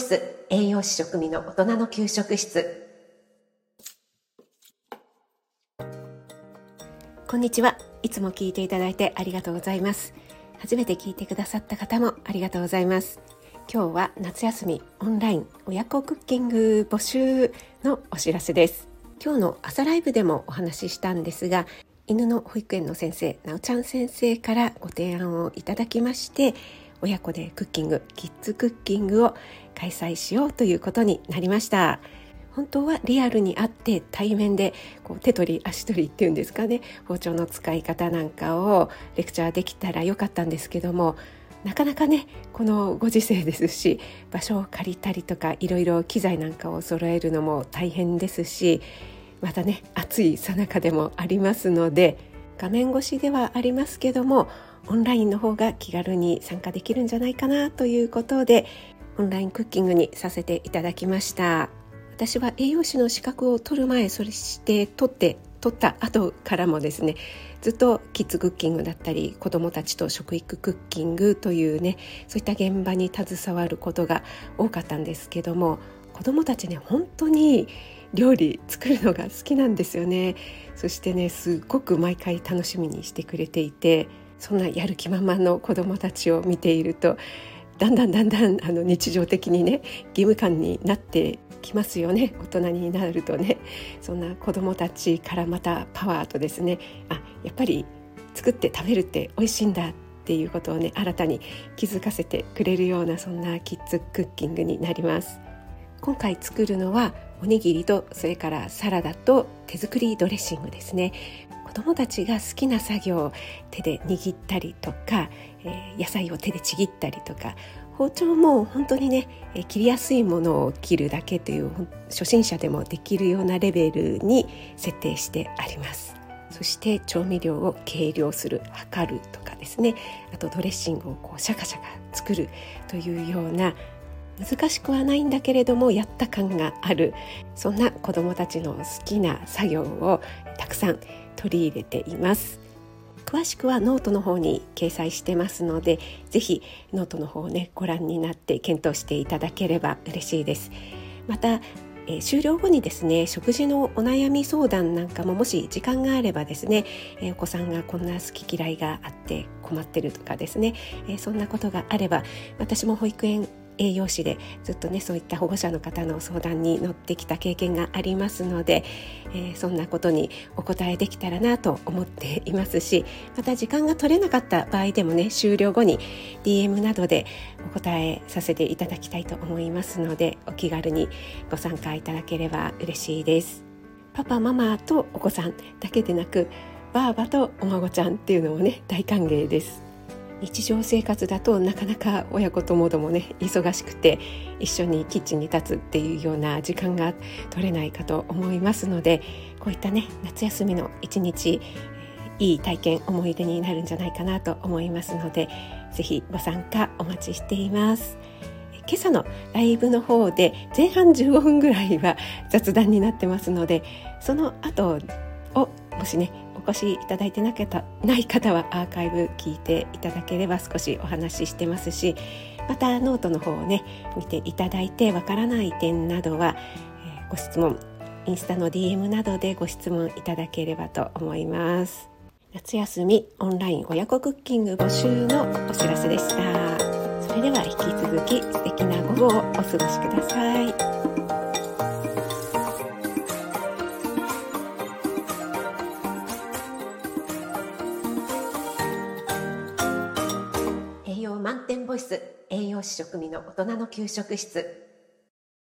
ス栄養士食味の大人の給食室。こんにちは。いつも聞いていただいてありがとうございます。初めて聞いてくださった方もありがとうございます。今日は夏休みオンライン親子クッキング募集のお知らせです。今日の朝ライブでもお話ししたんですが、犬の保育園の先生、なおちゃん先生からご提案をいただきまして、親子でクッキング、キッズクッキングを開催しようということになりました。本当はリアルに会って対面で手取り足取りっていうんですかね、包丁の使い方なんかをレクチャーできたらよかったんですけども、なかなかねこのご時世ですし、場所を借りたりとかいろいろ機材なんかを揃えるのも大変ですし、またね暑い最中でもありますので、画面越しではありますけどもオンラインの方が気軽に参加できるんじゃないかなということで、オンラインクッキングにさせていただきました。私は栄養士の資格を取る前、そして取った後からもですね、ずっとキッズクッキングだったり子どもたちと食育クッキングというね、そういった現場に携わることが多かったんですけども、子どもたちね本当に料理作るのが好きなんですよね。そしてねすっごく毎回楽しみにしてくれていて、そんなやる気満々の子どもたちを見ていると、だんだん日常的にね義務感になってきますよね。大人になるとね、そんな子どもたちからまたパワーとですね、やっぱり作って食べるって美味しいんだっていうことをね新たに気づかせてくれるような、そんなキッズクッキングになります。今回作るのはおにぎりと、それからサラダと手作りドレッシングですね。子どもたちが好きな作業を手で握ったりとか、野菜を手でちぎったりとか、包丁も本当にね切りやすいものを切るだけという初心者でもできるようなレベルに設定してあります。そして調味料を計量する、測るとかですね、あとドレッシングをシャカシャカ作るというような、難しくはないんだけれどもやった感がある、そんな子どもたちの好きな作業をたくさん取り入れています。詳しくはノートの方に掲載してますので、ぜひノートの方をねご覧になって検討していただければ嬉しいです。また、終了後にですね、食事のお悩み相談なんかももし時間があればですね、お子さんがこんな好き嫌いがあって困ってるとかですね、そんなことがあれば、私も保育園栄養士でずっとねそういった保護者の方の相談に乗ってきた経験がありますので、そんなことにお答えできたらなと思っていますし、また時間が取れなかった場合でもね、終了後に DM などでお答えさせていただきたいと思いますので、お気軽にご参加いただければ嬉しいです。パパママとお子さんだけでなく、ばあばとお孫ちゃんっていうのもね大歓迎です。日常生活だとなかなか親子ともどもね忙しくて、一緒にキッチンに立つっていうような時間が取れないかと思いますので、こういったね夏休みの一日、いい体験、思い出になるんじゃないかなと思いますので、ぜひご参加お待ちしています。今朝のライブの方で前半15分ぐらいは雑談になってますので、その後をもしねお越しいただいてない方はアーカイブ聞いていただければ少しお話ししてますし、またノートの方をね見ていただいてわからない点などは、ご質問、インスタの DM などでご質問いただければと思います。夏休みオンライン親子クッキング募集のお知らせでした。それでは引き続き素敵な午後をお過ごしください。栄養満点ボイス、栄養士食味の大人の給食室。